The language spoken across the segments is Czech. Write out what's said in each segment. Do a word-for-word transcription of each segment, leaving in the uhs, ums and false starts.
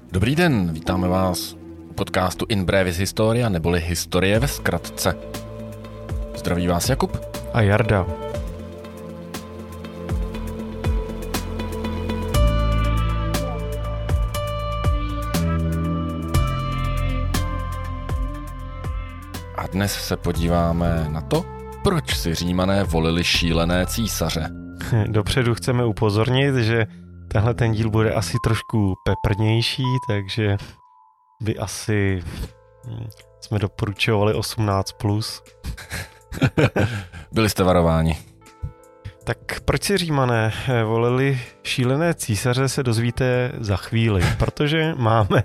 Dobrý den, vítáme vás u podcastu In Brevis Historia, neboli Historie ve zkratce. Zdraví vás Jakub a Jarda. A dnes se podíváme na to, proč si Římané volili šílené císaře. Dopředu chceme upozornit, že tenhle ten díl bude asi trošku peprnější, takže by asi hm, jsme doporučovali osmnáct plus. Byli jste varováni. Tak proč si Římané volili šílené císaře, se dozvíte za chvíli, protože máme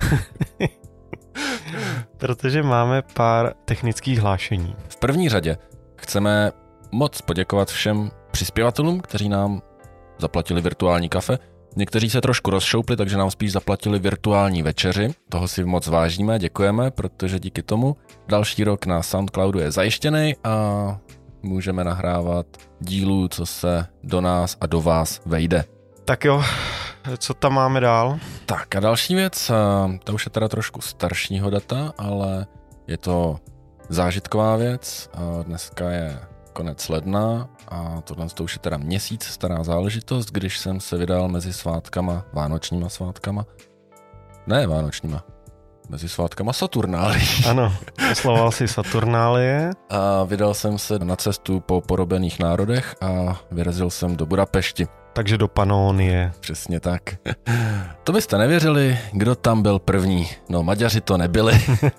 protože máme pár technických hlášení. V první řadě chceme moc poděkovat všem přispěvatelům, kteří nám zaplatili virtuální kafe. Někteří se trošku rozšoupli, takže nám spíš zaplatili virtuální večeři. Toho si moc vážíme, děkujeme, protože díky tomu další rok na Soundcloudu je zajištěný a můžeme nahrávat dílů, co se do nás a do vás vejde. Tak jo, co tam máme dál? Tak a další věc, to už je teda trošku staršího data, ale je to zážitková věc. Dneska je konec ledna a tohle to už je teda měsíc stará záležitost, když jsem se vydal mezi svátkama, vánočníma svátkama, ne vánočníma, mezi svátkama Saturnálií. Ano, oslavoval si Saturnálie. A vydal jsem se na cestu po porobených národech a vyrazil jsem do Budapešti. Takže do Panónie. Přesně tak. To byste nevěřili, kdo tam byl první. No, Maďaři to nebyli.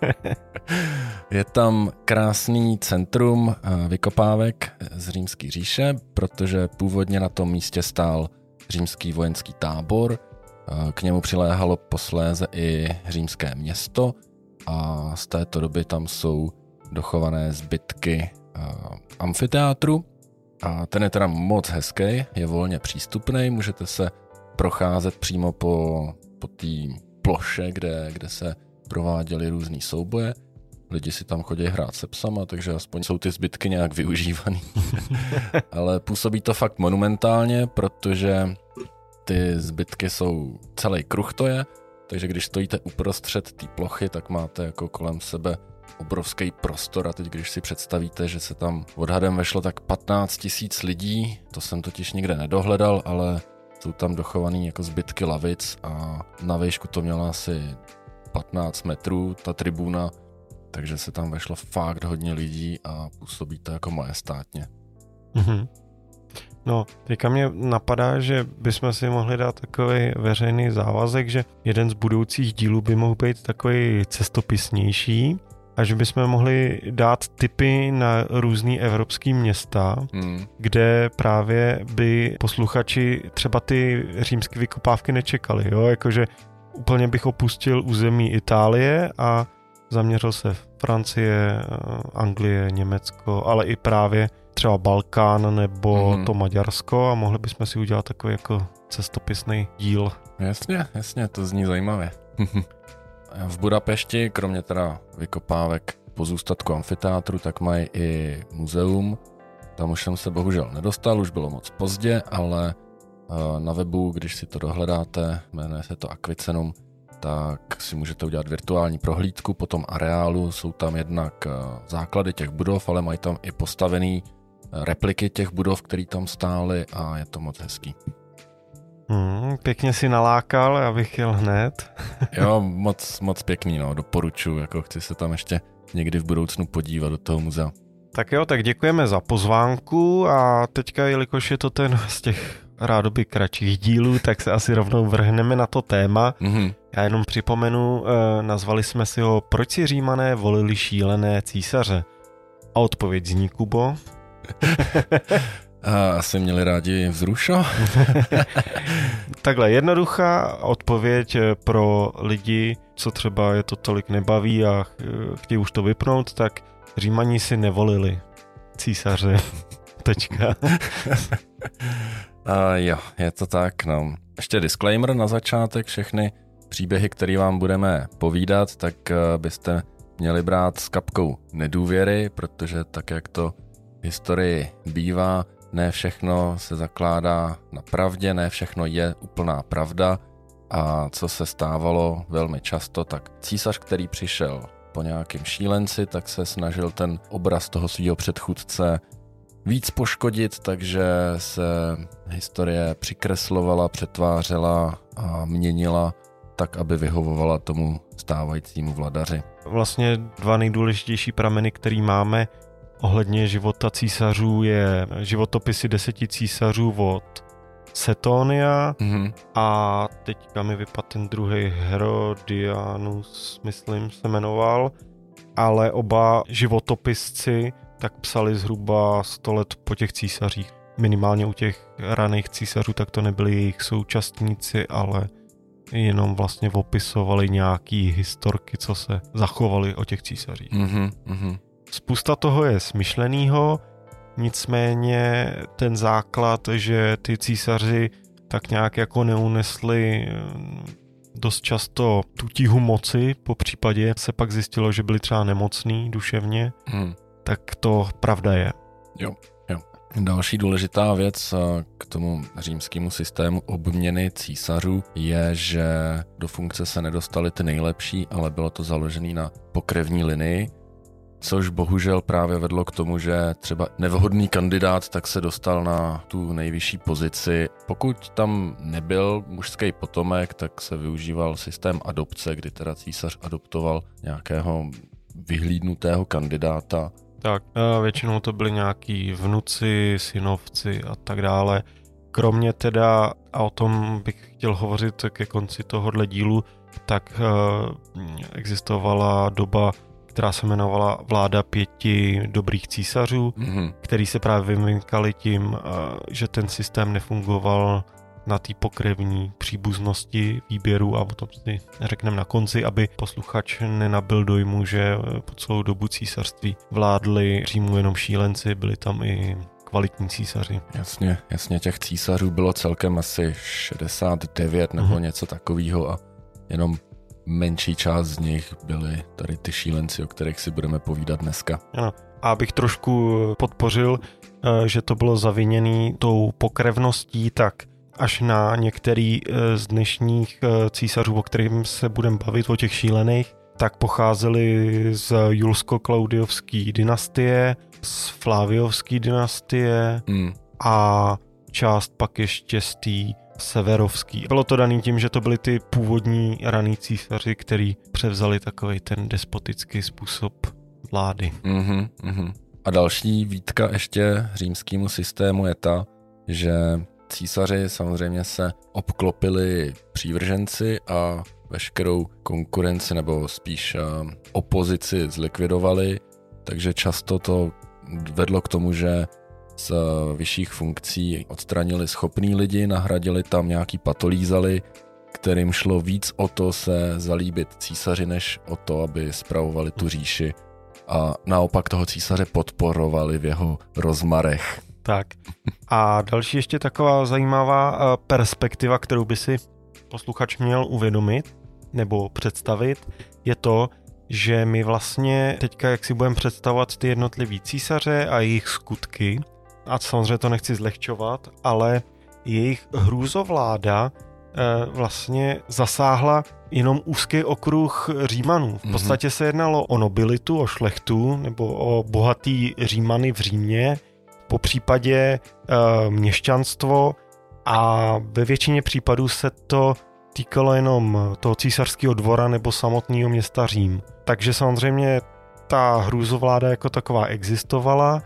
Je tam krásný centrum vykopávek z Římské říše, protože původně na tom místě stál římský vojenský tábor. K němu přiléhalo posléze i římské město a z této doby tam jsou dochované zbytky amfiteátru. A ten je teda moc hezký, je volně přístupný, můžete se procházet přímo po, po té ploše, kde, kde se prováděly různý souboje. Lidi si tam chodí hrát se psama, takže aspoň jsou ty zbytky nějak využívaný. Ale působí to fakt monumentálně, protože ty zbytky jsou celý kruh to je, takže když stojíte uprostřed té plochy, tak máte jako kolem sebe obrovský prostor a teď, když si představíte, že se tam odhadem vešlo tak patnáct tisíc lidí, to jsem totiž nikde nedohledal, ale jsou tam dochovaný jako zbytky lavic a na výšku to měla asi patnáct metrů, ta tribuna, takže se tam vešlo fakt hodně lidí a působí to jako majestátně. Mm-hmm. No, teďka mě napadá, že bychom si mohli dát takový veřejný závazek, že jeden z budoucích dílů by mohl být takový cestopisnější, a že bychom mohli dát tipy na různý evropský města, hmm. kde právě by posluchači třeba ty římské vykopávky nečekali. Jo? Jakože úplně bych opustil území Itálie a zaměřil se Francie, Anglie, Německo, ale i právě třeba Balkán nebo hmm. to Maďarsko a mohli bychom si udělat takový jako cestopisný díl. Jasně, jasně, to zní zajímavě. V Budapešti, kromě teda vykopávek pozůstatku amfiteátru, tak mají i muzeum. Tam už jsem se bohužel nedostal, už bylo moc pozdě, ale na webu, když si to dohledáte, jmenuje se to Aquicenum, tak si můžete udělat virtuální prohlídku po tom areálu. Jsou tam jednak základy těch budov, ale mají tam i postavený repliky těch budov, které tam stály a je to moc hezký. Hmm, pěkně si nalákal, já bych jel hned. Jo, moc, moc pěkný, no, doporučuji, jako chci se tam ještě někdy v budoucnu podívat do toho muzea. Tak jo, tak děkujeme za pozvánku a teďka, jelikož je to ten z těch rádoby kratších dílů, tak se asi rovnou vrhneme na to téma. Mm-hmm. Já jenom připomenu, eh, nazvali jsme si ho Proč si Římané volili šílené císaře? A odpověď zní, Kubo. A asi měli rádi vzrušo? Takhle jednoduchá odpověď pro lidi, co třeba je to tolik nebaví a chtějí už to vypnout, tak Římani si nevolili císaře. Tečka. A jo, je to tak, no. Ještě disclaimer na začátek, všechny příběhy, které vám budeme povídat, tak byste měli brát s kapkou nedůvěry, protože tak, jak to v historii bývá, ne všechno se zakládá na pravdě, ne všechno je úplná pravda A co se stávalo velmi často, tak císař, který přišel po nějakém šílenci, tak se snažil ten obraz toho svého předchůdce víc poškodit, takže se historie přikreslovala, přetvářela a měnila tak, aby vyhovovala tomu stávajícímu vladaři. Vlastně dva nejdůležitější prameny, který máme ohledně života císařů, je životopisy deseti císařů od Setonia mm-hmm. a teďka mi vypadl ten druhý Herodianus, myslím, se jmenoval, ale oba životopisci tak psali zhruba sto let po těch císařích. Minimálně u těch raných císařů tak to nebyli jejich současníci, ale jenom vlastně opisovali nějaký historky, co se zachovali o těch císařích. Mm-hmm, mm-hmm. Spousta toho je smyšlenýho, nicméně ten základ, že ty císaři tak nějak jako neunesli dost často tu tíhu moci, po případě se pak zjistilo, že byli třeba nemocný duševně, mm. tak to pravda je. Jo, jo. Další důležitá věc k tomu římskému systému obměny císařů je, že do funkce se nedostali ty nejlepší, ale bylo to založené na pokrevní linii, což bohužel právě vedlo k tomu, že třeba nevhodný kandidát tak se dostal na tu nejvyšší pozici. Pokud tam nebyl mužský potomek, tak se využíval systém adopce, kdy teda císař adoptoval nějakého vyhlídnutého kandidáta. Tak, většinou to byli nějaký vnuci, synovci a tak dále. Kromě teda, a o tom bych chtěl hovořit ke konci tohohle dílu, tak existovala doba, která se jmenovala vláda pěti dobrých císařů, mm-hmm. který se právě vymykali tím, že ten systém nefungoval na té pokrevní příbuznosti výběru, a o tom si řekneme na konci, aby posluchač nenabyl dojmu, že po celou dobu císařství vládli Římu jenom šílenci, byli tam i kvalitní císaři. Jasně, jasně, těch císařů bylo celkem asi šedesát devět nebo mm-hmm. něco takového a jenom menší část z nich byli tady ty šílenci, o kterých si budeme povídat dneska. Ano. A abych trošku podpořil, že to bylo zaviněné tou pokrevností, tak až na některý z dnešních císařů, o kterým se budeme bavit, o těch šílených, tak pocházeli z Julsko-Klaudiovské dynastie, z Flaviovské dynastie hmm. a část pak ještě z té Severovský. Bylo to daný tím, že to byly ty původní raný císaři, který převzali takovej ten despotický způsob vlády. Mm-hmm, mm-hmm. A další výtka ještě římskému systému je ta, že císaři samozřejmě se obklopili přívrženci a veškerou konkurenci nebo spíš uh, opozici zlikvidovali, takže často to vedlo k tomu, že z vyšších funkcí odstranili schopný lidi, nahradili tam nějaký patolízali, kterým šlo víc o to se zalíbit císaři, než o to, aby spravovali tu říši. A naopak toho císaře podporovali v jeho rozmarech. Tak. A další ještě taková zajímavá perspektiva, kterou by si posluchač měl uvědomit nebo představit, je to, že my vlastně teďka, jak si budeme představovat ty jednotlivý císaře a jejich skutky, a samozřejmě to nechci zlehčovat, ale jejich hrůzovláda eh, vlastně zasáhla jenom úzký okruh Římanů. V podstatě se jednalo o nobilitu, o šlechtu nebo o bohatý Římany v Římě, po případě eh, měšťanstvo, a ve většině případů se to týkalo jenom toho císařského dvora nebo samotného města Řím. Takže samozřejmě ta hrůzovláda jako taková existovala,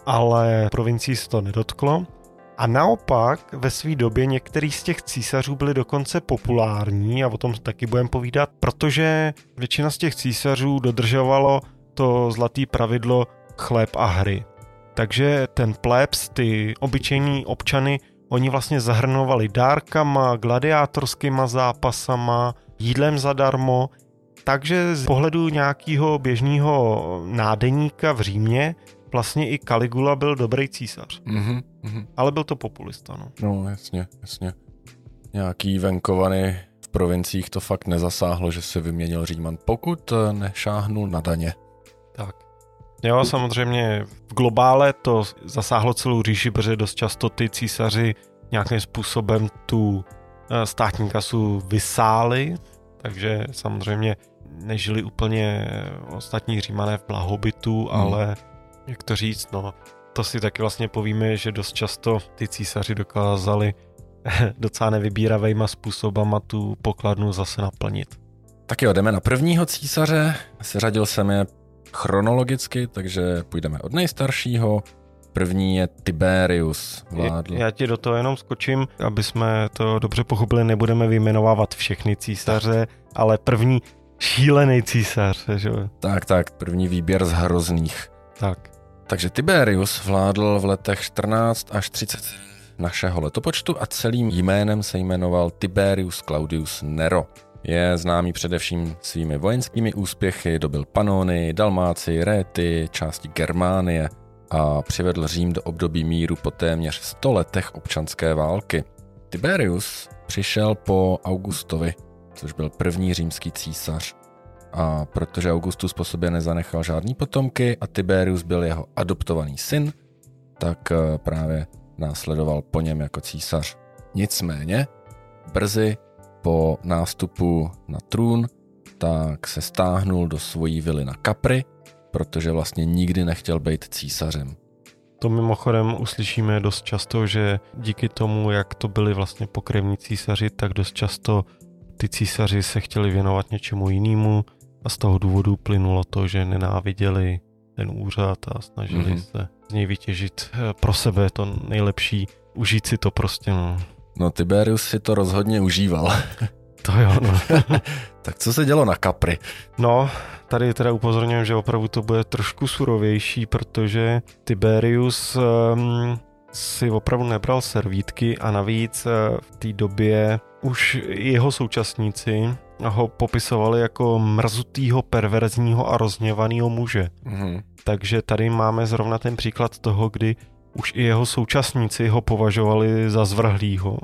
ale provincií se to nedotklo. A naopak ve své době některý z těch císařů byli dokonce populární, a o tom taky budeme povídat, protože většina z těch císařů dodržovalo to zlatý pravidlo chléb a hry. Takže ten plebs, ty obyčejní občany, oni vlastně zahrnovali dárkama, gladiátorskýma zápasama, jídlem zadarmo, takže z pohledu nějakého běžného nádeníka v Římě vlastně i Caligula byl dobrý císař. Mm-hmm, mm-hmm. Ale byl to populista, no. No, jasně, jasně. Nějaký venkovany v provinciích to fakt nezasáhlo, že se vyměnil Říman, pokud nešáhnul na daně. Tak. Jo, samozřejmě v globále to zasáhlo celou říši, protože dost často ty císaři nějakým způsobem tu státní kasu vysáli, takže samozřejmě nežili úplně ostatní Římané v blahobytu, hmm. ale jak to říct, no, to si taky vlastně povíme, že dost často ty císaři dokázali docela nevybíravejma způsobama tu pokladnu zase naplnit. Tak jo, jdeme na prvního císaře, seřadil jsem je chronologicky, takže půjdeme od nejstaršího. První je Tiberius. Vládl. Já ti do toho jenom skočím, aby jsme to dobře pochopili, nebudeme vyjmenovávat všechny císaře, ale první šílený císař. Že? Tak, tak, první výběr z hrozných. Tak. Takže Tiberius vládl v letech čtrnáct až třicet našeho letopočtu a celým jménem se jmenoval Tiberius Claudius Nero. Je známý především svými vojenskými úspěchy, dobyl Panony, Dalmácii, Réty, části Germánie a přivedl Řím do období míru po téměř sto letech občanské války. Tiberius přišel po Augustovi, což byl první římský císař. A protože Augustus po sobě nezanechal žádný potomky a Tiberius byl jeho adoptovaný syn, tak právě následoval po něm jako císař. Nicméně, brzy po nástupu na trůn, tak se stáhnul do svojí vily na Capri, protože vlastně nikdy nechtěl být císařem. To mimochodem uslyšíme dost často, že díky tomu, jak to byli vlastně pokrevní císaři, tak dost často ty císaři se chtěli věnovat něčemu jinému a z toho důvodu plynulo to, že nenáviděli ten úřad a snažili mm-hmm. se z něj vytěžit pro sebe to nejlepší, užít si to prostě. No, no Tiberius si to rozhodně užíval. To jo, no. Tak co se dělo na Capri? No, tady teda upozorňujem, že opravdu to bude trošku surovější, protože Tiberius um, si opravdu nebral servítky a navíc uh, v té době už jeho současníci ho popisovali jako mrzutýho, perverzního a rozhněvaného muže. Mm-hmm. Takže tady máme zrovna ten příklad toho, kdy už i jeho současníci ho považovali za zvrhlýho.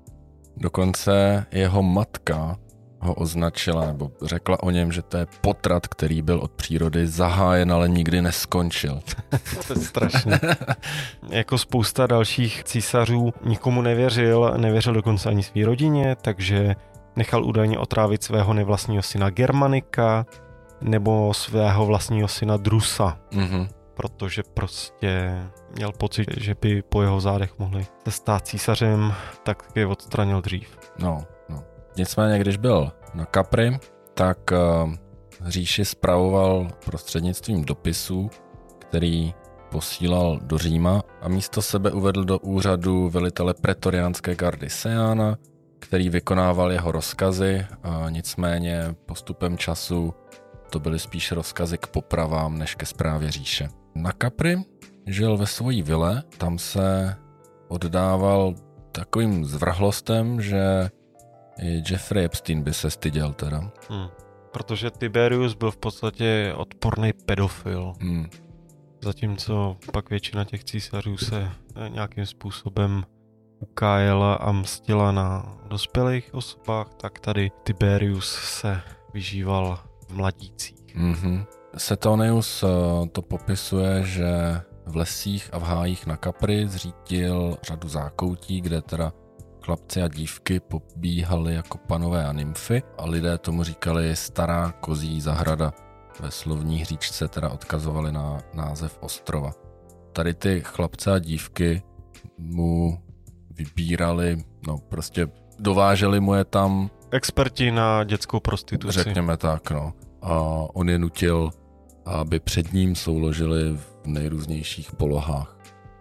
Dokonce jeho matka ho označila, nebo řekla o něm, že to je potrat, který byl od přírody zahájen, ale nikdy neskončil. To je strašné. Jako spousta dalších císařů nikomu nevěřil, nevěřil dokonce ani své rodině, takže nechal údajně otrávit svého nevlastního syna Germanika nebo svého vlastního syna Drusa. Mm-hmm. Protože prostě měl pocit, že by po jeho zádech mohli se stát císařem, tak je odstranil dřív. No, no. Nicméně, když byl na Capri, tak uh, říši spravoval prostřednictvím dopisů, který posílal do Říma a místo sebe uvedl do úřadu velitele pretoriánské gardy Seána, který vykonával jeho rozkazy a nicméně postupem času to byly spíš rozkazy k popravám než ke správě říše. Na Capri žil ve svojí vile, tam se oddával takovým zvrhlostem, že i Jeffrey Epstein by se styděl teda. Hmm. Protože Tiberius byl v podstatě odporný pedofil. Hmm. Zatímco pak většina těch císařů se nějakým způsobem ukájela a mstila na dospělých osobách, tak tady Tiberius se vyžíval v mladících. Mm-hmm. Setonius to popisuje, že v lesích a v hájích na Capri zřídil řadu zákoutí, kde teda chlapci a dívky pobíhali jako panové a nymfy a lidé tomu říkali stará kozí zahrada. Ve slovní hříčce teda odkazovali na název ostrova. Tady ty chlapce a dívky mu vybírali, no prostě dováželi mu je tam. Experti na dětskou prostituci. Řekněme tak, no. A on je nutil, aby před ním souložili v nejrůznějších polohách.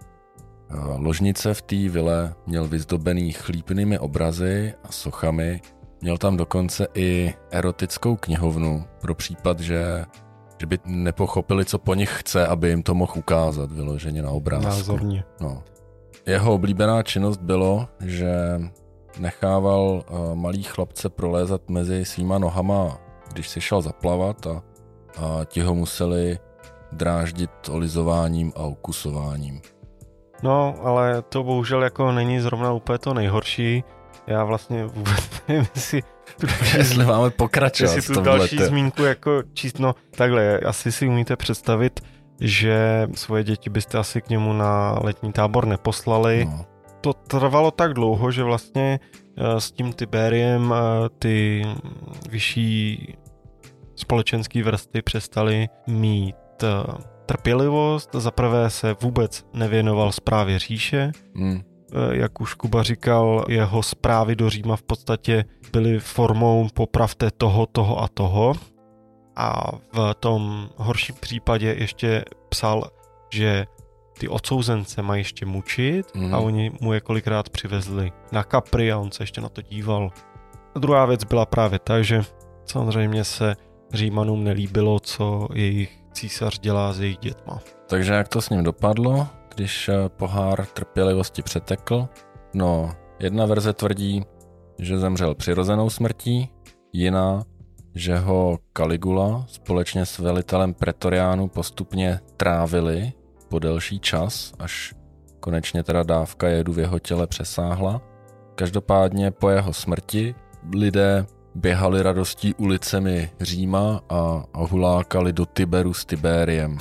Ložnice v té vile měl vyzdobený chlípnými obrazy a sochami. Měl tam dokonce i erotickou knihovnu pro případ, že, že by nepochopili, co po nich chce, aby jim to mohl ukázat vyloženě na obrázku. Názorně. No. Jeho oblíbená činnost bylo, že nechával malý chlapce prolézat mezi svýma nohama, když si šel zaplavat a, a ti ho museli dráždit olizováním a ukusováním. No, ale to bohužel jako není zrovna úplně to nejhorší. Já vlastně vůbec nevím, jestli tu další, jestli máme pokračovat jestli tu další zmínku jako číst, no takhle, asi si umíte představit, že svoje děti byste asi k němu na letní tábor neposlali. No. To trvalo tak dlouho, že vlastně s tím Tiberiem ty vyšší společenské vrstvy přestaly mít trpělivost. Zaprvé se vůbec nevěnoval správě říše. Hmm. Jak už Kuba říkal, jeho zprávy do Říma v podstatě byly formou popravte toho, toho a toho. A v tom horším případě ještě psal, že ty odsouzence mají ještě mučit mm. a oni mu je kolikrát přivezli na Capri a on se ještě na to díval. A druhá věc byla právě ta, že samozřejmě se Římanům nelíbilo, co jejich císař dělá s jejich dětma. Takže jak to s ním dopadlo, když pohár trpělivosti přetekl? No, jedna verze tvrdí, že zemřel přirozenou smrtí, jiná, že ho Caligula společně s velitelem pretoriánů postupně trávili po delší čas, až konečně teda dávka jedu v jeho těle přesáhla. Každopádně po jeho smrti lidé běhali radostí ulicemi Říma a, a hulákali do Tiberu s Tiberiem.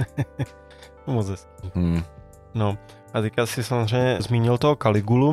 Moc hezký. Hmm. No a teďka si samozřejmě zmínil toho Caligulu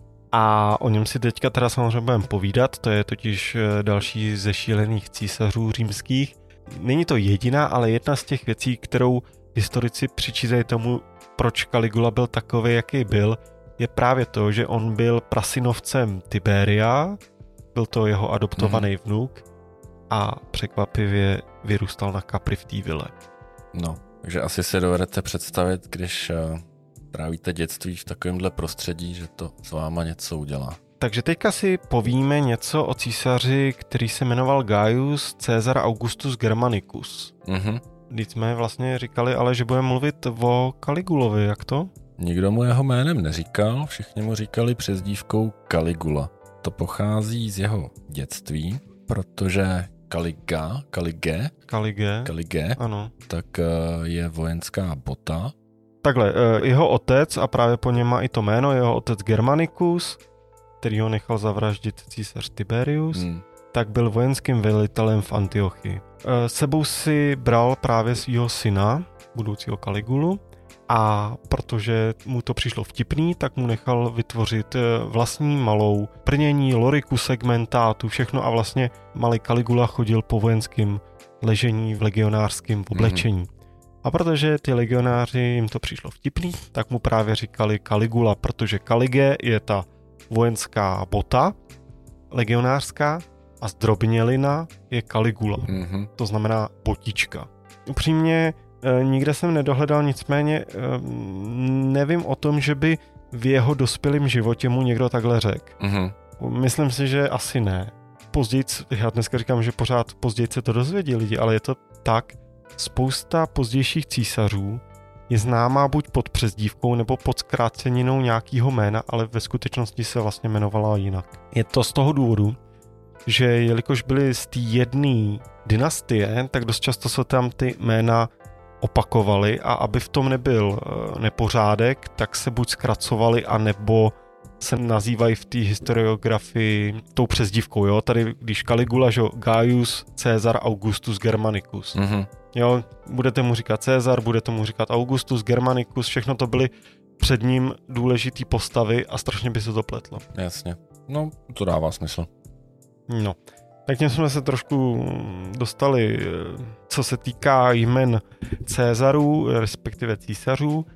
a o něm si teďka teda samozřejmě budeme povídat, to je totiž další ze šílených císařů římských. Není to jediná, ale jedna z těch věcí, kterou historici přičítají tomu, proč Caligula byl takový, jaký byl, je právě to, že on byl prasynovcem Tiberia, byl to jeho adoptovaný mm-hmm. vnuk a překvapivě vyrůstal na Capri v té vile. No, takže asi si dovedete představit, když uh, trávíte dětství v takovémhle prostředí, že to s váma něco udělá. Takže teďka si povíme něco o císaři, který se jmenoval Gaius Caesar Augustus Germanicus. Mhm. Když jsme vlastně říkali, ale že budeme mluvit o Caligulovi, jak to? Nikdo mu jeho jménem neříkal, všichni mu říkali přezdívkou Caligula. To pochází z jeho dětství, protože Caliga, Calige, Calige, Calige, ano. Tak je vojenská bota. Takhle, jeho otec, a právě po něm má i to jméno, jeho otec Germanicus, který ho nechal zavraždit císař Tiberius, hmm. tak byl vojenským velitelem v Antiochii. Sebou si bral právě svého syna, budoucího Caligulu, a protože mu to přišlo vtipný, tak mu nechal vytvořit vlastní malou prnění, loriku, segmentátu, všechno a vlastně malý Caligula chodil po vojenském ležení v legionářském oblečení. Mm-hmm. A protože ty legionáři jim to přišlo vtipný, tak mu právě říkali Caligula, protože Calige je ta vojenská bota, legionářská, a zdrobnělina je Caligula. Mm-hmm. To znamená botička. Upřímně e, nikde jsem nedohledal, nicméně e, nevím o tom, že by v jeho dospělém životě mu někdo takhle řekl. Mm-hmm. Myslím si, že asi ne. Později, já dneska říkám, že pořád později se to dozvědí lidi, ale je to tak. Spousta pozdějších císařů je známá buď pod přezdívkou nebo pod zkráceninou nějakého jména, ale ve skutečnosti se vlastně jmenovala jinak. Je to z toho důvodu, že jelikož byly z té jedné dynastie, tak dost často se tam ty jména opakovaly a aby v tom nebyl nepořádek, tak se buď zkracovali, anebo se nazývají v té historiografii tou přezdívkou. Jo? Tady, když Caligula, že Gaius Caesar Augustus Germanicus. Mm-hmm. Jo, budete mu říkat Caesar, budete mu říkat Augustus Germanicus, všechno to byly před ním důležitý postavy a strašně by se to pletlo. Jasně, no to dává smysl. No, tak tím jsme se trošku dostali, co se týká jmen Cézarů, respektive císařů,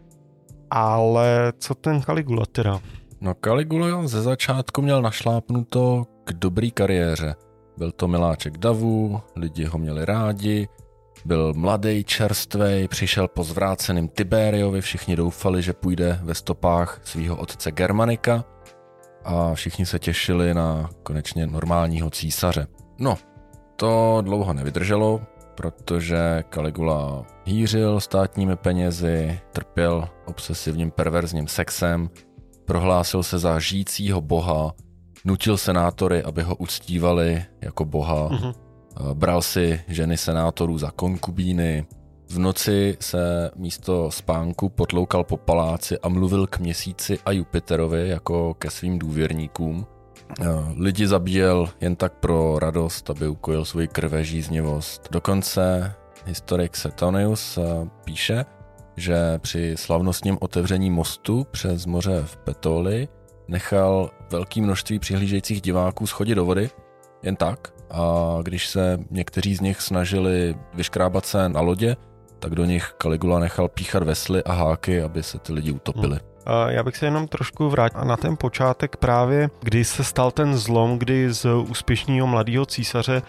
ale co ten Caligula teda? No Caligula ze začátku měl našlápnuto k dobrý kariéře. Byl to miláček davu, lidi ho měli rádi, byl mladý, čerstvej, přišel po zvráceným Tiberiovi, všichni doufali, že půjde ve stopách svého otce Germanika a všichni se těšili na konečně normálního císaře. No, to dlouho nevydrželo, protože Caligula hýřil státními penězi, trpěl obsesivním perverzním sexem, prohlásil se za žijícího boha, nutil senátory, aby ho uctívali jako boha, uh-huh. bral si ženy senátorů za konkubíny, v noci se místo spánku potloukal po paláci a mluvil k měsíci a Jupiterovi jako ke svým důvěrníkům. Lidi zabíjel jen tak pro radost, aby ukojil svoji krvežíznivost. Dokonce historik Suetonius píše, že při slavnostním otevření mostu přes moře v Petoli nechal velké množství přihlížejících diváků schodit do vody, jen tak. A když se někteří z nich snažili vyškrábat se na lodě, tak do nich Caligula nechal píchat vesly a háky, aby se ty lidi utopili. Hmm. Já bych se jenom trošku vrátil na ten počátek právě, kdy se stal ten zlom, kdy z úspěšného mladého císaře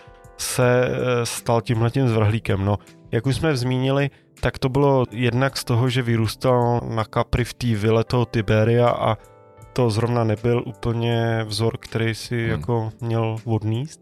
se stal tímhletím zvrhlíkem. No, jak už jsme zmínili, tak to bylo jednak z toho, že vyrůstal na Capri v té vile toho Tiberia a to zrovna nebyl úplně vzor, který si hmm. jako měl odníst.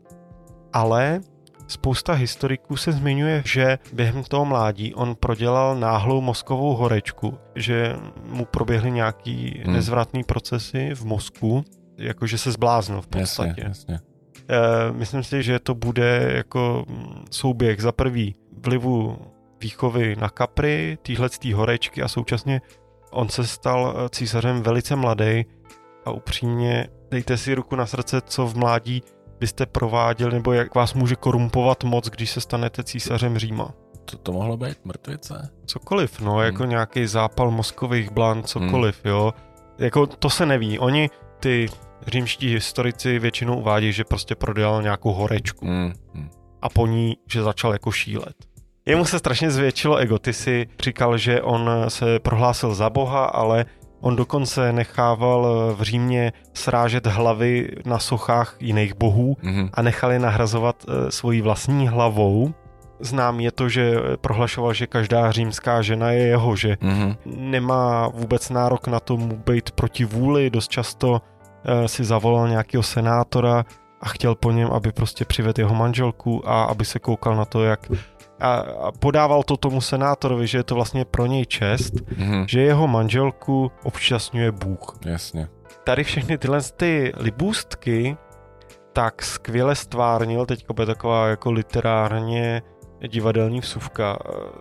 Ale spousta historiků se zmiňuje, že během toho mládí on prodělal náhlou mozkovou horečku, že mu proběhly nějaký hmm. nezvratný procesy v mozku, jakože se zbláznil v podstatě. Jasně, jasně. E, myslím si, že to bude jako souběh za prvý vlivu výchovy na Capri, týhletý horečky a současně on se stal císařem velice mladý a upřímně dejte si ruku na srdce, co v mládí byste prováděli, nebo jak vás může korumpovat moc, když se stanete císařem Říma. Co to mohlo být? Mrtvice? Cokoliv, no, hmm. jako nějaký zápal mozkových blan, cokoliv, hmm. jo. Jako to se neví. Oni, ty římští historici většinou uvádí, že prostě prodělal nějakou horečku hmm. Hmm. a po ní, že začal jako šílet. Jemu se strašně zvětšilo ego, ty si říkal, že on se prohlásil za boha, ale on dokonce nechával v Římě srážet hlavy na sochách jiných bohů mm-hmm. a nechal je nahrazovat e, svojí vlastní hlavou. Znám je to, že prohlašoval, že každá římská žena je jeho, že mm-hmm. nemá vůbec nárok na to mu být proti vůli. Dost často e, si zavolal nějakého senátora a chtěl po něm, aby prostě přivedl jeho manželku a aby se koukal na to, jak... A podával to tomu senátorovi, že je to vlastně pro něj čest, mm-hmm. že jeho manželku obšťastňuje Bůh. Jasně. Tady všechny tyhle ty libůstky tak skvěle stvárnil, teďka bude taková jako literárně divadelní vsuvka,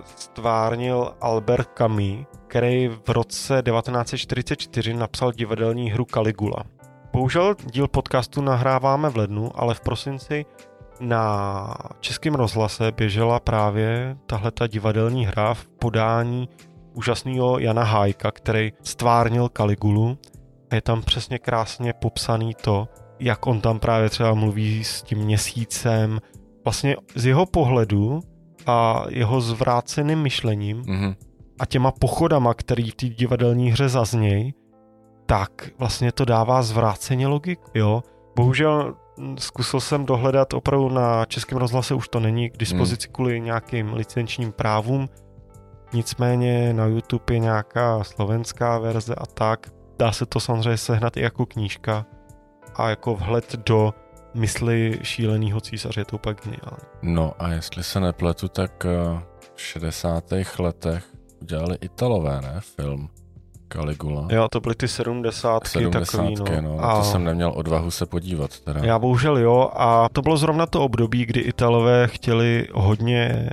stvárnil Albert Camus, který v roce devatenáct set čtyřicet čtyři napsal divadelní hru Caligula. Bohužel díl podcastu nahráváme v lednu, ale v prosinci na Českém rozhlase běžela právě tahleta divadelní hra v podání úžasného Jana Hájka, který stvárnil Caligulu a je tam přesně krásně popsaný to, jak on tam právě třeba mluví s tím měsícem, vlastně z jeho pohledu a jeho zvráceným myšlením mm-hmm. a těma pochodama, který v té divadelní hře zazněj, tak vlastně to dává zvráceně logiku, jo. Bohužel zkusil jsem dohledat, opravdu na Českém rozhlase už to není k dispozici hmm. kvůli nějakým licenčním právům, nicméně na YouTube je nějaká slovenská verze a tak. Dá se to samozřejmě sehnat i jako knížka a jako vhled do mysli šílenýho císaře, je to úplně geniální. No a jestli se nepletu, tak v šedesátých letech udělali Italové, ne? Film Caligula. Jo, to byly ty sedmdesátky, sedmdesátky takový, no. no. A to jsem neměl odvahu se podívat teda. Já bohužel jo a to bylo zrovna to období, kdy Italové chtěli hodně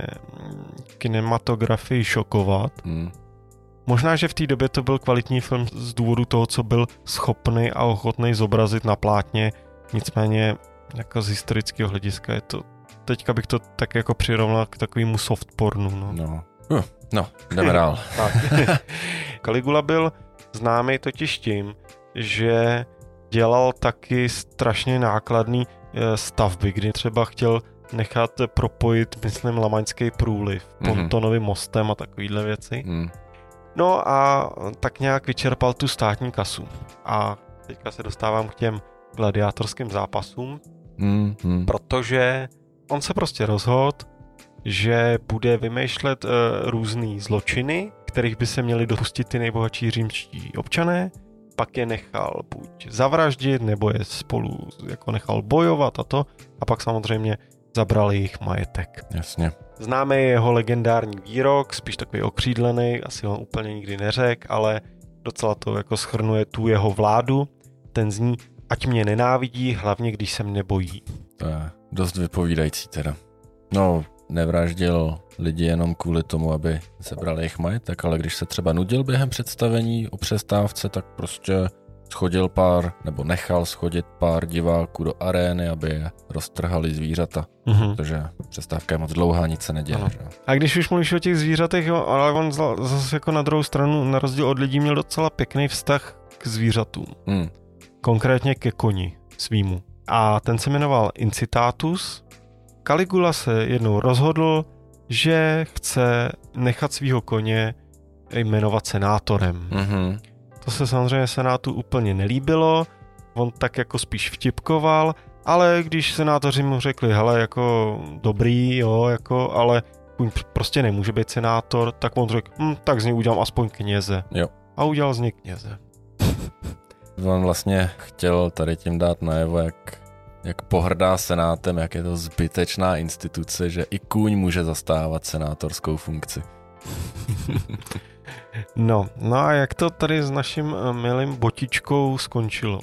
kinematografii šokovat. Hmm. Možná, že v té době to byl kvalitní film z důvodu toho, co byl schopný a ochotný zobrazit na plátně, nicméně jako z historického hlediska je to, teďka bych to tak jako přirovnal k takovému soft pornu, no. No. Uh, no, jdeme dál. Tak. Caligula byl známý totiž tím, že dělal taky strašně nákladný stavby, kdy třeba chtěl nechat propojit, myslím, Lamaňský průliv mm-hmm. pontonovým mostem a takovýhle věci. Mm. No a tak nějak vyčerpal tu státní kasu. A teďka se dostávám k těm gladiátorským zápasům, mm-hmm. protože on se prostě rozhodl, že bude vymýšlet uh, různý zločiny, kterých by se měli dopustit ty nejbohatší římští občané, pak je nechal buď zavraždit, nebo je spolu jako nechal bojovat a to, a pak samozřejmě zabral jejich majetek. Jasně. Známe jeho legendární výrok, spíš takový okřídlený, asi ho úplně nikdy neřekl, ale docela to jako shrnuje tu jeho vládu. Ten zní, ať mě nenávidí, hlavně když se mne bojí. To je dost vypovídající teda. No, nevraždil lidi jenom kvůli tomu, aby sebral jejich majetek, ale když se třeba nudil během představení o přestávce, tak prostě schodil pár, nebo nechal schodit pár diváků do arény, aby je roztrhali zvířata, mm-hmm. protože přestávka je moc dlouhá, nic se neděje. Že? A když už mluvíš o těch zvířatech, jo, ale on zase jako na druhou stranu, na rozdíl od lidí, měl docela pěkný vztah k zvířatům. Mm. konkrétně ke koni svýmu. A ten se jmenoval Incitatus. Caligula se jednou rozhodl, že chce nechat svýho koně jmenovat senátorem. Mm-hmm. To se samozřejmě senátu úplně nelíbilo, on tak jako spíš vtipkoval, ale když senátoři mu řekli, hele, jako dobrý, jo, jako, ale prostě nemůže být senátor, tak on řekl, hm, tak z něj udělám aspoň kněze. Jo. A udělal z něj kněze. On vlastně chtěl tady tím dát najevo, jak, jak pohrdá senátem, jak je to zbytečná instituce, že i kůň může zastávat senátorskou funkci. No, no a jak to tady s naším milým Botičkou skončilo?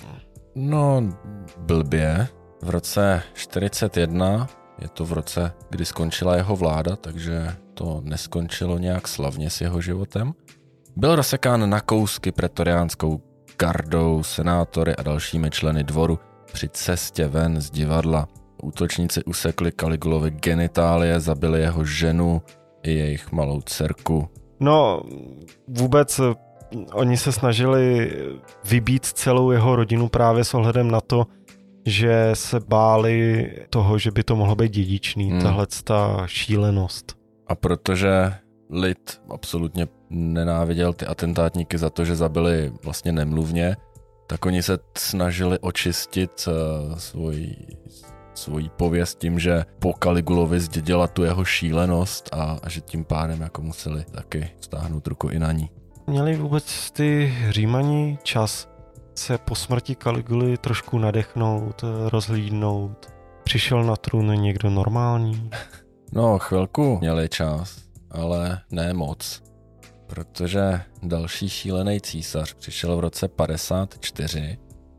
No, blbě. V roce čtyřicet jedna, je to v roce, kdy skončila jeho vláda, takže to neskončilo nějak slavně s jeho životem. Byl rozsekán na kousky pretoriánskou gardou, senátory a dalšími členy dvoru při cestě ven z divadla. Útočníci usekli Caligulovi genitálie, zabili jeho ženu i jejich malou dcerku. No, vůbec oni se snažili vybít celou jeho rodinu právě s ohledem na to, že se báli toho, že by to mohlo být dědičný, hmm. tahleto šílenost. A protože lid absolutně nenáviděl ty atentátníky za to, že zabili vlastně nemluvně, tak oni se snažili očistit uh, svoji, svoji pověst tím, že po Caligulovi zdědila tu jeho šílenost a, a že tím pádem jako museli taky stáhnout ruku i na ní. Měli vůbec ty Římani čas se po smrti Caliguly trošku nadechnout, rozhlídnout? Přišel na trůn někdo normální? No, chvilku měli čas, ale ne moc. Protože další šílený císař přišel v roce padesát čtyři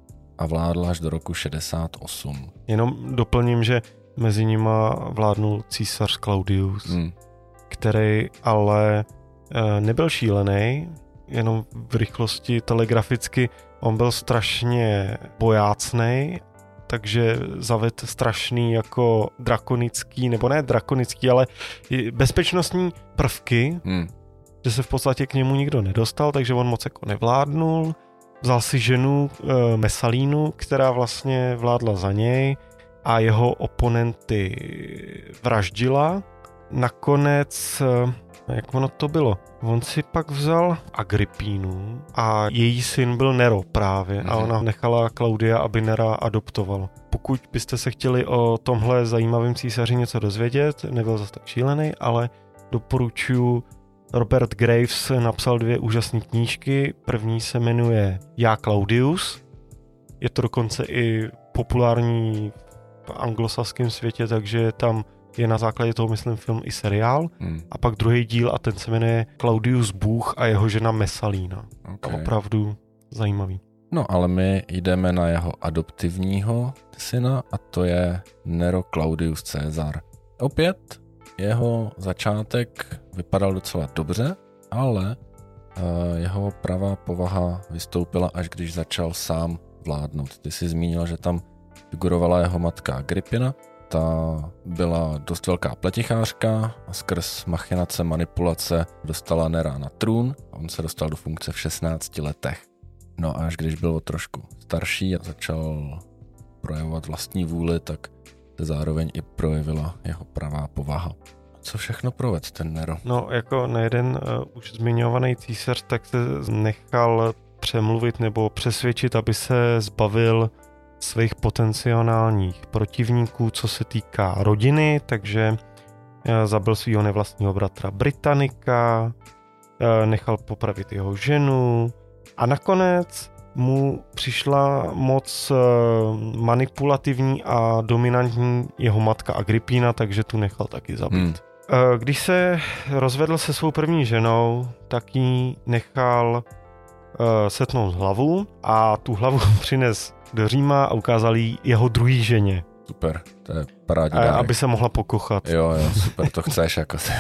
a vládl až do roku šedesát osm. Jenom doplním, že mezi nima vládnul císař Claudius, hmm. který ale e, nebyl šílený, jenom v rychlosti telegraficky on byl strašně bojácnej, takže zavedl strašný jako drakonický, nebo ne drakonický, ale bezpečnostní prvky, hmm. že se v podstatě k němu nikdo nedostal, takže on moc jako nevládnul. Vzal si ženu e, Messalínu, která vlastně vládla za něj a jeho oponenty vraždila. Nakonec, e, jak ono to bylo, on si pak vzal Agrippínu a její syn byl Nero právě a ona nechala Klaudia, aby Nera adoptoval. Pokud byste se chtěli o tomhle zajímavém císaři něco dozvědět, nebyl zase tak šílený, ale doporučuji. Robert Graves napsal dvě úžasné knížky. První se jmenuje Já Claudius. Je to dokonce i populární v anglosaském světě, takže tam je na základě toho, myslím, film i seriál. Hmm. A pak druhý díl a ten se jmenuje Claudius Bůh a jeho žena Messalína. Okay. Opravdu zajímavý. No ale my jdeme na jeho adoptivního syna a to je Nero Claudius Caesar. Opět jeho začátek vypadal docela dobře, ale uh, jeho pravá povaha vystoupila, až když začal sám vládnout. Ty jsi zmínil, že tam figurovala jeho matka Agrippina. Ta byla dost velká pletichářka a skrz machinace, manipulace dostala Nera na trůn. On se dostal do funkce v šestnácti letech. No a až když byl trošku starší a začal projevovat vlastní vůli, tak se zároveň i projevila jeho pravá povaha. Co všechno provedl ten Nero? No, jako nejeden uh, už zmiňovaný císař, tak se nechal přemluvit nebo přesvědčit, aby se zbavil svých potenciálních protivníků, co se týká rodiny, takže uh, zabil svého nevlastního bratra Britannika, uh, nechal popravit jeho ženu a nakonec mu přišla moc uh, manipulativní a dominantní jeho matka Agrippina, takže tu nechal taky zabít. Hmm. Když se rozvedl se svou první ženou, tak ji nechal uh, setnout hlavu a tu hlavu přines do Říma a ukázal jí jeho druhý ženě. Super, to je parádní dárek. Aby se mohla pokochat. Jo, jo, super, to chceš jako se.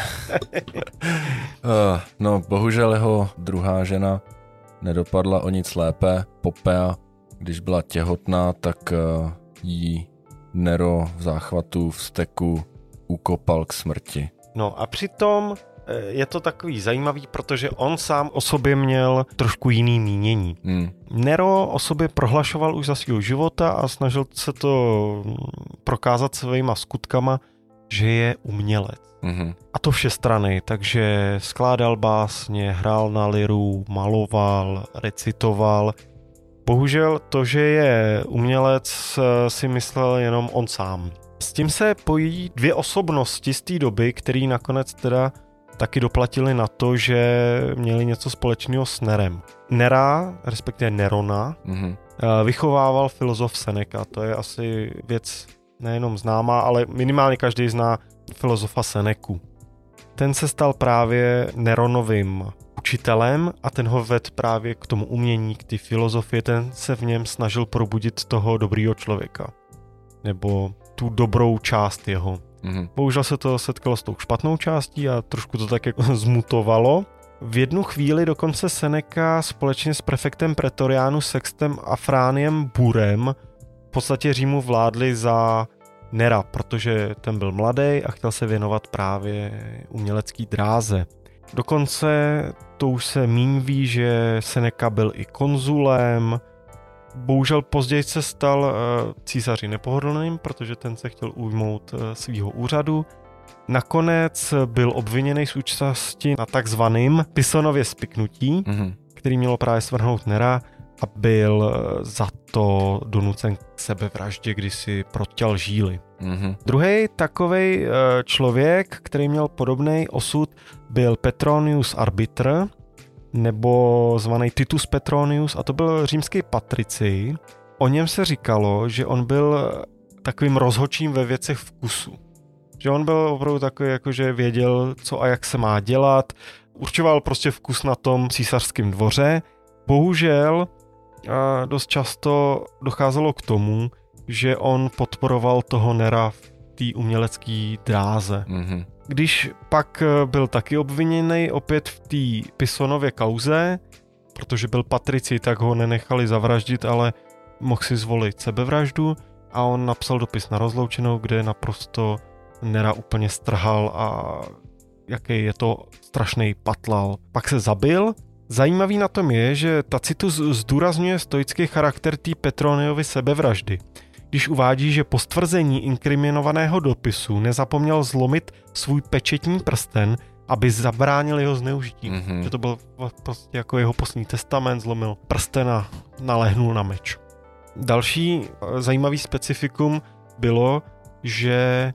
uh, no, bohužel jeho druhá žena nedopadla o nic lépe. Popea, když byla těhotná, tak uh, jí Nero v záchvatu vzteku ukopal k smrti. No a přitom je to takový zajímavý, protože on sám o sobě měl trošku jiný mínění. Hmm. Nero o sobě prohlašoval už za svého života a snažil se to prokázat svýma skutkama, že je umělec. Hmm. A to všestranný, takže skládal básně, hrál na liru, maloval, recitoval. Bohužel to, že je umělec, si myslel jenom on sám. S tím se pojí dvě osobnosti z té doby, který nakonec teda taky doplatili na to, že měli něco společného s Nerem. Nera, respektive Nerona, mm-hmm. vychovával filozof Seneca. To je asi věc nejenom známá, ale minimálně každý zná filozofa Seneku. Ten se stal právě Neronovým učitelem a ten ho vedl právě k tomu umění, k té filozofii. Ten se v něm snažil probudit toho dobrýho člověka. Nebo tu dobrou část jeho. Mm-hmm. Bohužel se to setkalo s tou špatnou částí a trošku to tak jako zmutovalo. V jednu chvíli dokonce Seneca společně s prefektem Pretorianu Sextem Afrániem Burem v podstatě Římu vládli za Nera, protože ten byl mladý a chtěl se věnovat právě umělecký dráze. Dokonce to už se míň ví, že Seneca byl i konzulem. Bohužel později se stal uh, císaři nepohodlným, protože ten se chtěl ujmout uh, svýho úřadu. Nakonec byl obviněný z účasti na takzvaným Pisonově spiknutí, mm-hmm. který mělo právě svrhnout Nera a byl uh, za to donucen k sebevraždě, kdy si proťal žíly. Mm-hmm. Druhý takovej uh, člověk, který měl podobný osud, byl Petronius Arbitr, nebo zvaný Titus Petronius, a to byl římský patricij. O něm se říkalo, že on byl takovým rozhodčím ve věcech vkusu. Že on byl opravdu takový, jakože věděl, co a jak se má dělat, určoval prostě vkus na tom císařském dvoře. Bohužel dost často docházelo k tomu, že on podporoval toho Nera v té umělecké dráze. Mm-hmm. Když pak byl taky obviněný opět v té Pisonově kauze, protože byl patricij, tak ho nenechali zavraždit, ale mohl si zvolit sebevraždu a on napsal dopis na rozloučenou, kde naprosto Nera úplně strhal a jaký je to strašný patlal. Pak se zabil. Zajímavý na tom je, že Tacitus zdůrazňuje stoický charakter té Petroniovy sebevraždy. Když uvádí, že po stvrzení inkriminovaného dopisu nezapomněl zlomit svůj pečetní prsten, aby zabránil jeho zneužití. Mm-hmm. Že to byl prostě jako jeho poslední testament, zlomil prsten a nalehnul na meč. Další zajímavý specifikum bylo, že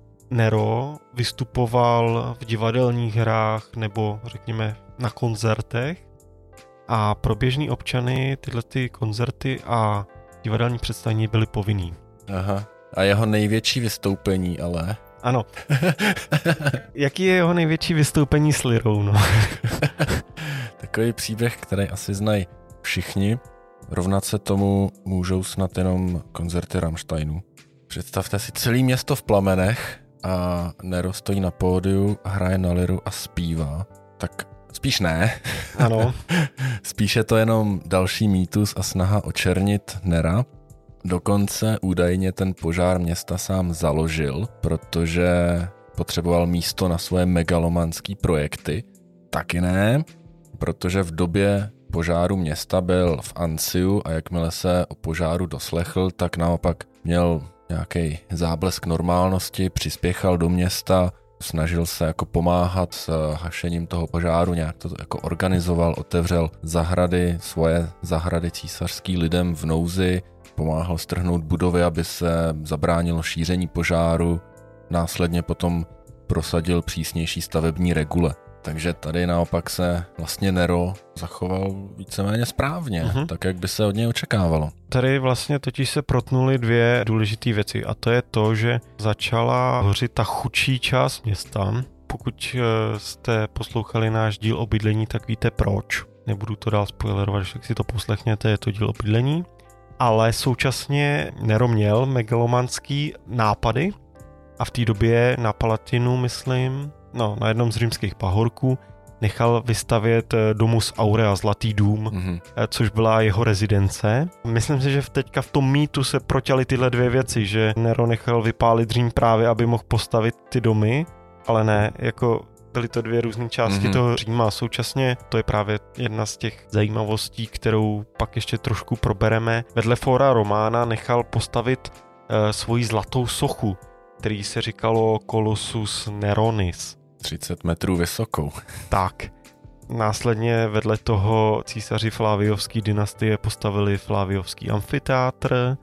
Nero vystupoval v divadelních hrách nebo řekněme na koncertech a pro běžný občany tyhle ty koncerty a divadelní představení byly povinný. Aha. A jeho největší vystoupení ale? Ano. Jaký je jeho největší vystoupení s lirou, no? Takový příběh, který asi znají všichni. Rovnat se tomu můžou snad jenom koncerty Rammsteinu. Představte si celé město v plamenech a Nero stojí na pódiu, hraje na liru a zpívá. Tak spíš ne. Ano. Spíš je to jenom další mýtus a snaha očernit Nera. Dokonce údajně ten požár města sám založil, protože potřeboval místo na svoje megalomanský projekty. Taky ne, protože v době požáru města byl v Anciu a jakmile se o požáru doslechl, tak naopak měl nějaký záblesk normálnosti, přispěchal do města, snažil se jako pomáhat s hašením toho požáru, nějak to jako organizoval, otevřel zahrady, svoje zahrady císařský lidem v nouzi, pomáhal strhnout budovy, aby se zabránilo šíření požáru, následně potom prosadil přísnější stavební regule. Takže tady naopak se vlastně Nero zachoval víceméně správně, uh-huh. tak jak by se od něj očekávalo. Tady vlastně totiž se protnuly dvě důležité věci a to je to, že začala hořit ta chudší část města. Pokud jste poslouchali náš díl o bydlení, tak víte proč. Nebudu to dál spoilerovat, když si to poslechněte, je to díl o bydlení. Ale současně Nero měl megalomanský nápady a v té době na Palatinu, myslím, no, na jednom z římských pahorků nechal vystavět domus Aurea, Zlatý dům, mm-hmm. což byla jeho rezidence. Myslím si, že teďka v tom mýtu se protěly tyhle dvě věci, že Nero nechal vypálit Řím právě, aby mohl postavit ty domy, ale ne, jako byly to dvě různé části mm-hmm. toho Říma. Současně to je právě jedna z těch zajímavostí, kterou pak ještě trošku probereme. Vedle Fóra Romána nechal postavit uh, svoji zlatou sochu, který se říkalo Colossus Neronis. třicet metrů vysokou. Tak. Následně vedle toho císaři Flaviovské dynastie postavili Flaviovský amfiteátr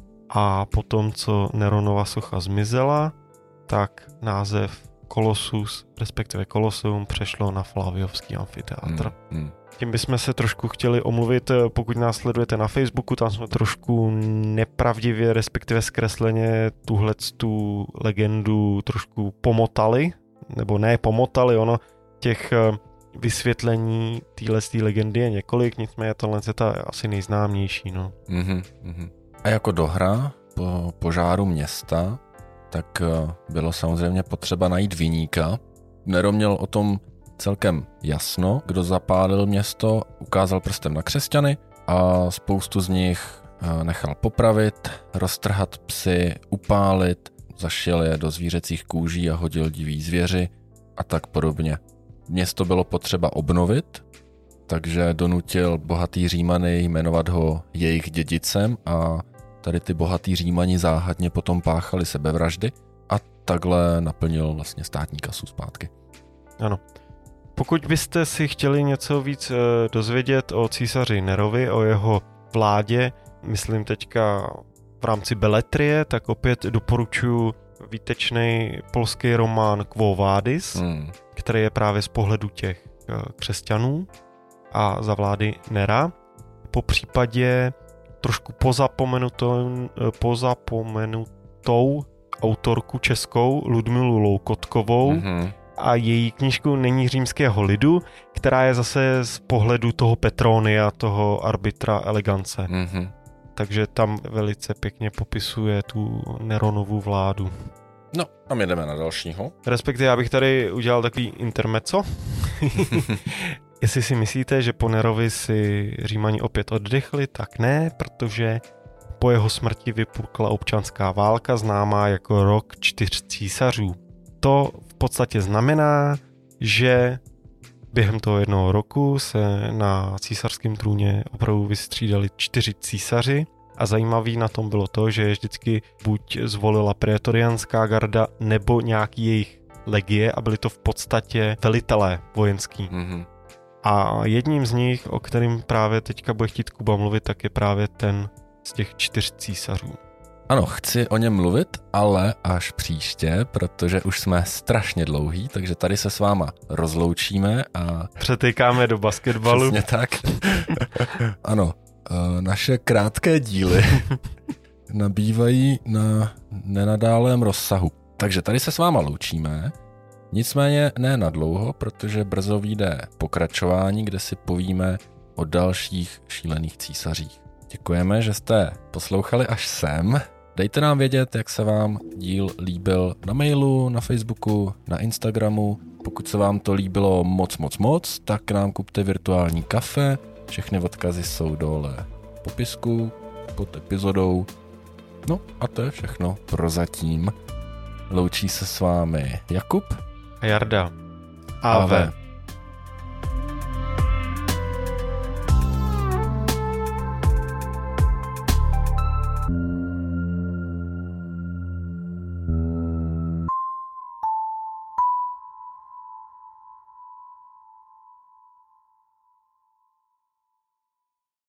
a potom, co Neronova socha zmizela, tak název Colossus, respektive Colosseum, přešlo na Flaviovský amfiteátr. Hmm, hmm. Tím bychom se trošku chtěli omluvit, pokud nás sledujete na Facebooku, tam jsme trošku nepravdivě, respektive zkresleně tuhletu legendu trošku pomotali, nebo ne pomotali, ono těch vysvětlení téhletý legendy je několik, nicméně tohle je ta asi nejznámější. No. Mm-hmm, mm-hmm. A jako dohra po požáru města, tak bylo samozřejmě potřeba najít viníka. Nero měl o tom celkem jasno, kdo zapálil město, ukázal prstem na křesťany a spoustu z nich nechal popravit, roztrhat psy, upálit, zašil je do zvířecích kůží a hodil divý zvěři a tak podobně. Město bylo potřeba obnovit, takže donutil bohatý Římany jmenovat ho jejich dědicem a tady ty bohatý Římani záhadně potom páchali sebevraždy a takhle naplnil vlastně státní kasu zpátky. Ano. Pokud byste si chtěli něco víc dozvědět o císaři Nerovi, o jeho vládě, myslím teďka v rámci beletrie, tak opět doporučuji výtečný polský román Quo Vadis, hmm. který je právě z pohledu těch křesťanů a za vlády Nera. Po případě trošku pozapomenutou, pozapomenutou autorku českou Ludmilu Loukotkovou mm-hmm. a její knížku Není římského lidu, která je zase z pohledu toho Petronia, toho arbitra elegance. Mm-hmm. Takže tam velice pěkně popisuje tu Neronovu vládu. No, a my jdeme na dalšího. Respektive já bych tady udělal takový intermezzo. Jestli si myslíte, že po Nerovi si Římani opět oddechli, tak ne, protože po jeho smrti vypukla občanská válka známá jako rok čtyř císařů. To v podstatě znamená, že během toho jednoho roku se na císařském trůně opravdu vystřídali čtyři císaři a zajímavý na tom bylo to, že je vždycky buď zvolila pretorianská garda nebo nějaký jejich legie a byli to v podstatě velitelé vojenský. Mm-hmm. A jedním z nich, o kterým právě teďka bude chtít Kuba mluvit, tak je právě ten z těch čtyř císařů. Ano, chci o něm mluvit, ale až příště, protože už jsme strašně dlouhý, takže tady se s váma rozloučíme a... Přetejkáme do basketbalu. Přesně tak. Ano, naše krátké díly nabývají na nenadálém rozsahu. Takže tady se s váma loučíme, nicméně ne na dlouho, protože brzo vyjde pokračování, kde si povíme o dalších šílených císařích. Děkujeme, že jste poslouchali až sem. Dejte nám vědět, jak se vám díl líbil na mailu, na Facebooku, na Instagramu. Pokud se vám to líbilo moc, moc, moc, tak nám kupte virtuální kafe. Všechny odkazy jsou dole v popisku pod epizodou. No a to je všechno prozatím. Loučí se s vámi Jakub a Jarda. Ave.